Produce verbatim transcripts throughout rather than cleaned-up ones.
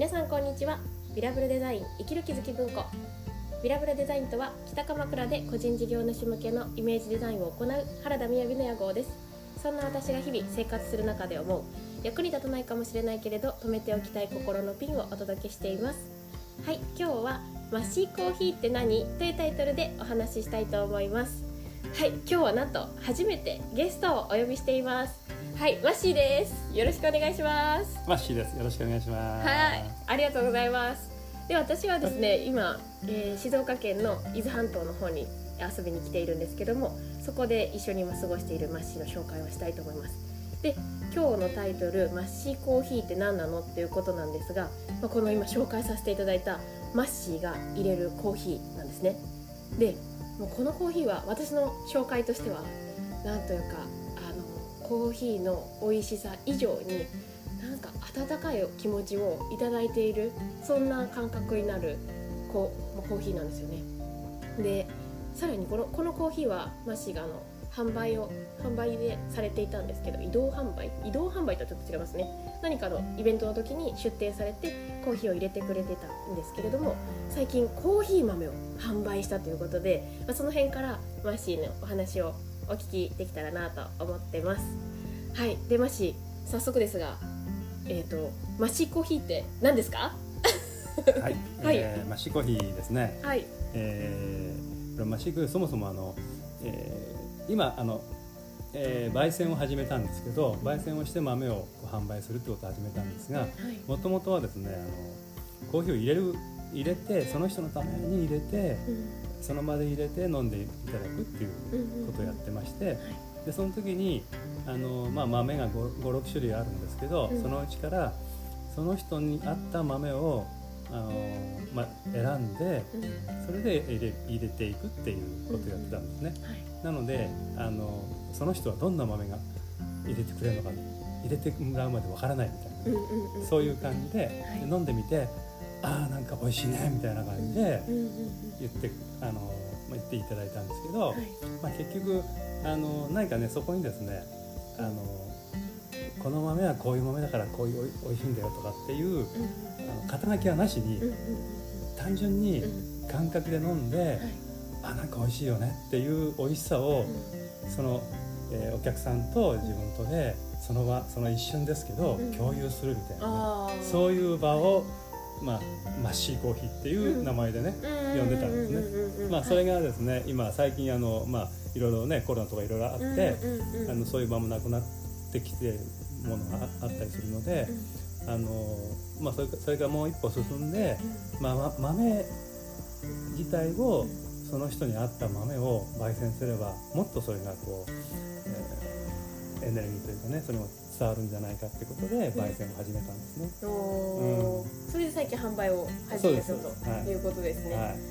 皆さんこんにちは。ビラブルデザイン生きる気づき文庫。ビラブルデザインとは北鎌倉で個人事業主向けのイメージデザインを行う原田みやびの屋号です。そんな私が日々生活する中で思う役に立たないかもしれないけれど止めておきたい心のピンをお届けしています。はい、今日はマッシーコーヒーって何というタイトルでお話ししたいと思います。はい、今日はなんと初めてゲストをお呼びしています。はい、マッシーです。よろしくお願いします。 マッシーです。よろしくお願いします。 はい、ありがとうございます。で、私はですね、今、えー、静岡県の伊豆半島の方に遊びに来ているんですけども、そこで一緒に今過ごしているマッシーの紹介をしたいと思います。で、今日のタイトル、マッシーコーヒーって何なのっていうことなんですが、まあ、この今紹介させていただいたマッシーが入れるコーヒーなんですね。で、もうこのコーヒーは私の紹介としてはなんというかあのコーヒーの美味しさ以上になんか温かい気持ちをいただいている、そんな感覚になるコーヒーなんですよね。で、さらにこの、このコーヒーはマッシーがあの販売を販売でされていたんですけど、移動販売移動販売とはちょっと違いますね。何かのイベントの時に出店されてコーヒーを入れてくれてたんですけれども、最近コーヒー豆を販売したということで、まあ、その辺からマッシーのお話をお聞きできたらなと思ってます。はい、でマッシー、早速ですが、えーと、マッシーコーヒーって何ですか？ はい、 はいえー、マッシーコーヒーですね。 はい、 えー、マッシーコーヒーそもそもあの、えー、今あの、えー、焙煎を始めたんですけど、焙煎をして豆を販売するってことを始めたんですが、もともとはですね、あのコーヒーを入れる入れてその人のために入れて、うん、その場で入れて飲んでいただくっていうことをやってまして、うんうんうん、でその時にあの、まあ、豆が ごろく種類あるんですけど、うん、そのうちからその人に合った豆をあの、まあ、選んで、うん、それで入れ、入れていくっていうことをやってたんですね、うんはい、なのであのその人はどんな豆が入れてくれるのか入れてもらうまでわからないみたいな、うんうんうん、そういう感じで、はい、飲んでみて、ああなんか美味しいねみたいな感じで言って、あの、まあ、言っていただいたんですけど、はいまあ、結局あの何かね、そこにですね、あのこの豆はこういう豆だからこういうおいしいんだよとかっていう、うん、あの肩書きはなしに、うん、単純に感覚で飲んで、うん、あなんか美味しいよねっていう美味しさを、うん、その、えー、お客さんと自分とでその場その一瞬ですけど、うん、共有するみたいな、ね、そういう場を、まあ、マッシーコーヒーっていう名前でね、うん、呼んでたんですね。まあそれがですね、今最近あのまあいろいろねコロナとかいろいろあって、うんうんうん、あのそういう場もなくなってきているものがあったりするので、うん、あのまあそれそれがもう一歩進んで、うんまあ、豆自体をその人に合った豆を焙煎すればもっとそれがこう、えー、エネルギーというかね、それも伝わるんじゃないかってことで焙煎を始めたんですね、 うんうん、それで最近販売を始めたということですね、はいはい、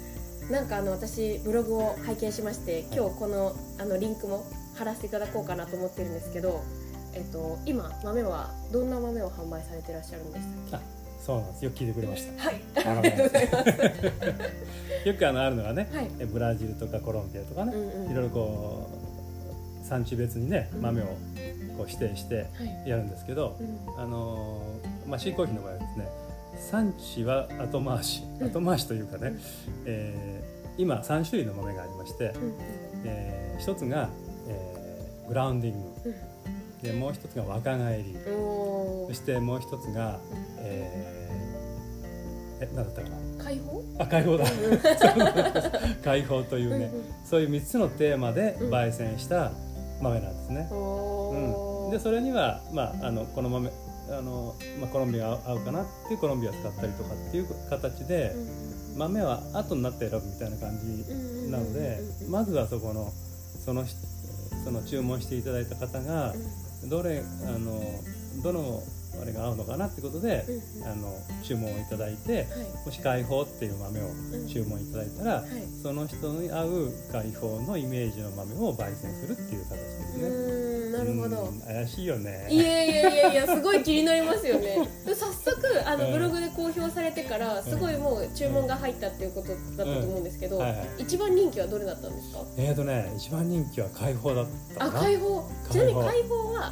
なんかあの私ブログを拝見しまして、今日この、あのリンクも貼らせていただこうかなと思ってるんですけど、えっと、今豆はどんな豆を販売されていらっしゃるんでしたっけ？あ、 そうなんです。よく聞いてくれました。 はい、ありがとうございますよくあのあるのがね、はい、ブラジルとかコロンビアとかね、うんうん、いろいろこう産地別にね豆をこう指定してやるんですけど、うん、あのまあ、シーコーヒーの場合はですね、産地は後回し後回しというかね、うんえー、今さん種類の豆がありまして、うんえー、一つが、えー、グラウンディング、うんでもう一つが若返り、そしてもう一つが、えー、え何だったかな、 解放あ解放だ解放というね、うんうん、そういうみっつのテーマで焙煎した豆なんですね、うんうん、でそれには、まあ、あのこの豆あの、まあ、コロンビア合うかなっていうコロンビアを使ったりとかっていう形で、うん、豆は後になって選ぶみたいな感じなので、まずはそこのそのその注文していただいた方が、うんどれあのどのあれが合うのかなってことで、うんうん、あの注文をいただいて、はい、もし解放っていう豆を注文いただいたら、うんはい、その人に合う解放のイメージの豆を焙煎するっていう形ですね。 うーんなるほど。 怪しいよね。 いやいやいやいやすごい気になりますよね。早速あのブログで公表されてからすごいもう注文が入ったっていうことだったと思うんですけど、うんうんはいはい、一番人気はどれだったんですか？ えーとね一番人気は解放だったかな。 あ解放。ちなみに解放は、 うん、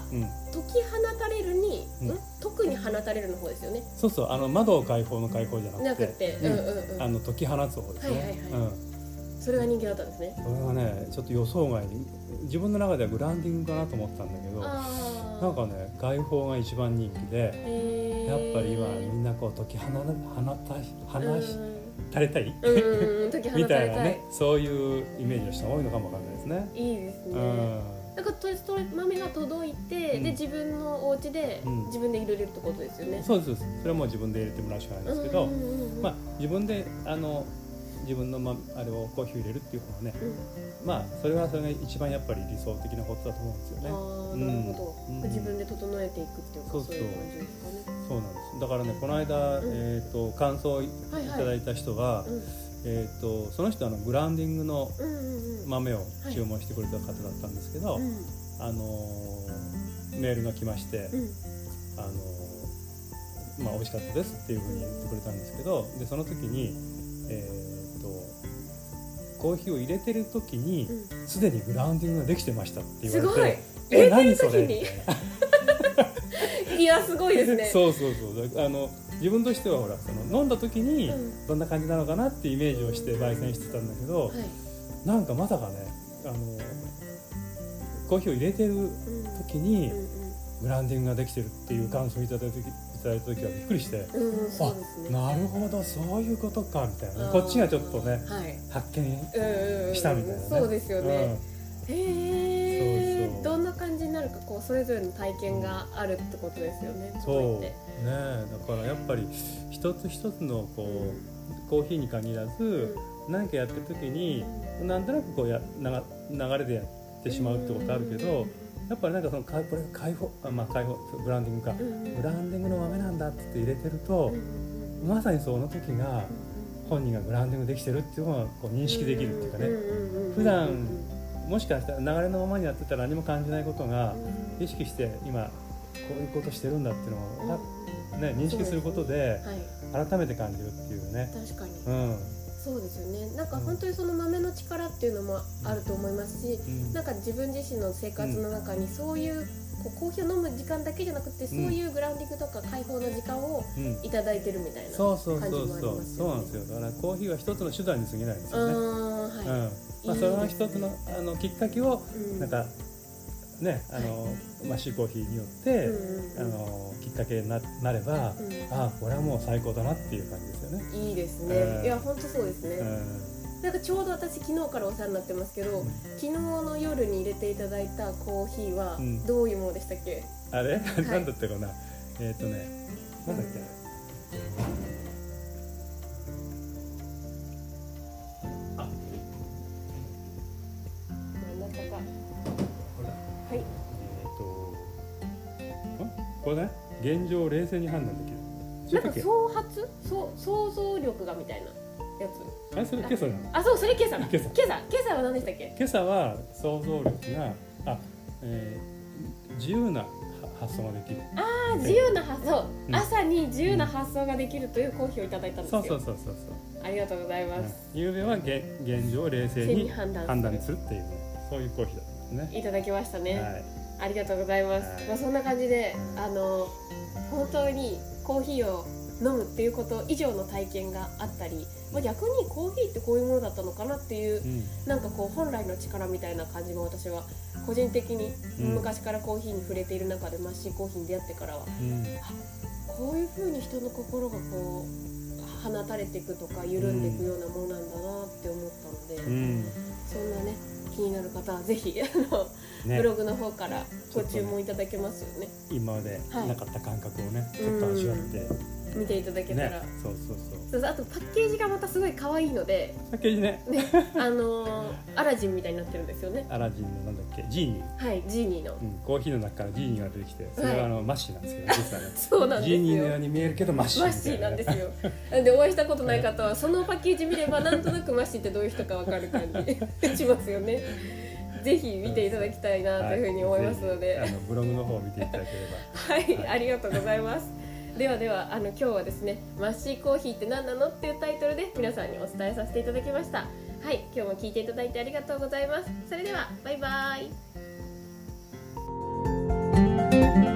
解き放たれるに、 うんん特に放たれるの方ですよね。 そうそう、あの窓を開放の開放じゃなくて、 なくて、うんうんうん、 あの解き放つ方ですね。 はいはいはい、 うん、 それが人気だったんですね。 これはねちょっと予想外に、自分の中ではグランディングかなと思ったんだけど、なんかね開放が一番人気で、やっぱり今みんなこう解き放たし放し、垂れたい、 うん、解き放たれたいみたいなね、そういうイメージの人が多いのかもわかんないですね。 いいですね。 うんなんかそれ豆が届いて、うん、で自分のお家で、うん、自分で入れるってことですよね。 そうです。それはもう自分で入れてもらうしかないんですけど、まあ自分であの自分の、ま、あれをコーヒーを入れるっていうのはね、うん、まあそれはそれが一番やっぱり理想的なことだと思うんですよね。 ああ、なるほど、うん、自分で整えていくっていうか、そうそう、そういう感じですかね。 そうなんです。だからねこの間、うん、えーと感想をいただいた人が、はいはい、えー、とその人はあのグラウンディングの豆を注文してくれた方だったんですけど、はい、あのー、メールが来まして、うん、あのーまあ、美味しかったですっていうふうに言ってくれたんですけど、でその時に、えー、とコーヒーを入れてる時にすで、うん、にグラウンディングができてましたって言われて、 すごい、え何それみたいな。いやすごいですね。そうそうそう、あの自分としてはほらその飲んだ時にどんな感じなのかなってイメージをして焙煎してたんだけど、うん、はい、なんかまさかねあのコーヒーを入れてる時にグラウンディングができてるっていう感想をいただいた時、いただいた時はびっくりして、うん、そうですね、あ、なるほどそういうことかみたいな、こっちがちょっとね、はい、発見したみたいなね、 そうですよね、うん、へえ、そうそう、どんな感じになるかこうそれぞれの体験があるってことですよね。 そうね、だからやっぱり一つ一つのこう、うん、コーヒーに限らず、うん、何かやってる時に、うん、なんとなくこうやな流れでやってしまうってことあるけど、うん、やっぱりなんかそのこれが開放、あ、まあ開放ブランディングか、うん、ブランディングの豆なんだって入れてると、うん、まさにその時が本人がブランディングできてるっていうのがこう認識できるっていうかね、うん、普段もしかしたら流れのままにやってたら何も感じないことが意識して今こういうことしてるんだっていうのを、うんね、認識することで改めて感じるっていうね。 確かに、うん、そうですよね。なんか本当にその豆の力っていうのもあると思いますし、うん、なんか自分自身の生活の中にそういうこうコーヒーを飲む時間だけじゃなくて、そういうグラウンディングとか開放の時間をいただいてるみたいな感じもありますよね。 そうなんですよ。だからコーヒーは一つの手段に過ぎないんですよね。はい、うん、まあ、それは一つの、あのきっかけをなんか、うん、ね、あの、はい、マッシュコーヒーによって、うん、あのきっかけに な, なれば、うん、ああこれはもう最高だなっていう感じですよね。 いいですね、うん、いや本当そうですね、うん、なんかちょうど私昨日からお世話になってますけど、うん、昨日の夜に入れていただいたコーヒーはどういうものでしたっけ、 うん、あれ、はい、なんだったかな、えっ、ー、とねなんだっけ、あ、 真ん中か、 これだ、 はい、 えっ、ー、とこれね、現状を冷静に判断できる。 なんか創発、そう想像力がみたいなやつ。 あれそれ今朝なの？ あ、そうそれ今朝だ。 今朝。 今朝今朝は何でしたっけ？ 今朝は想像力があ、えー、自由な発想ができる。 ああ、自由な発想、うん、朝に自由な発想ができるというコーヒーをいただいたんですよ。 そうそうそうそうそう。 ありがとうございます。 うん、昨夜は現現状を冷静に判断するっていう、そういうコーヒーだったんですね。 いただきましたね。 はい。 ありがとうございます。はい、まあそんな感じで、あの本当にコーヒーを飲むっていうこと以上の体験があったり、まあ、逆にコーヒーってこういうものだったのかなっていう、うん、なんかこう本来の力みたいな感じも私は個人的に昔からコーヒーに触れている中で、マッシーコーヒーに出会ってからは、うん、あ、こういう風に人の心がこう放たれていくとか緩んでいくようなものなんだなって思ったので、うん、そんなね気になる方はぜひあの、ね、ブログの方からご注文いただけますよね。 今までなかった感覚をね、はい、ちょっと味わって見ていただけたら、ね、 そうそうそうそう、あとパッケージがまたすごい可愛いので、 パッケージね、 ね、あのー、アラジンみたいになってるんですよね。 アラジンのなんだっけ、ジーニー、 はい、ジーニーの、 うん、コーヒーの中からジーニーが出てきて、それはあの、はい、マッシーなんですけど、実はねそうなんですよ、 ジーニーのように見えるけどマッシーみたいな、 マッシーなんですよ。でお会いしたことない方はそのパッケージ見ればなんとなくマッシーってどういう人かわかる感じしますよね。ぜひ見ていただきたいなというふうに思いますので、 はい、あのブログの方を見ていただければはい、はい、ありがとうございます。ではでは、あの今日はですね、マッシーコーヒーって何なのっていうタイトルで皆さんにお伝えさせていただきました。はい、今日も聞いていただいてありがとうございます。それではバイバイ。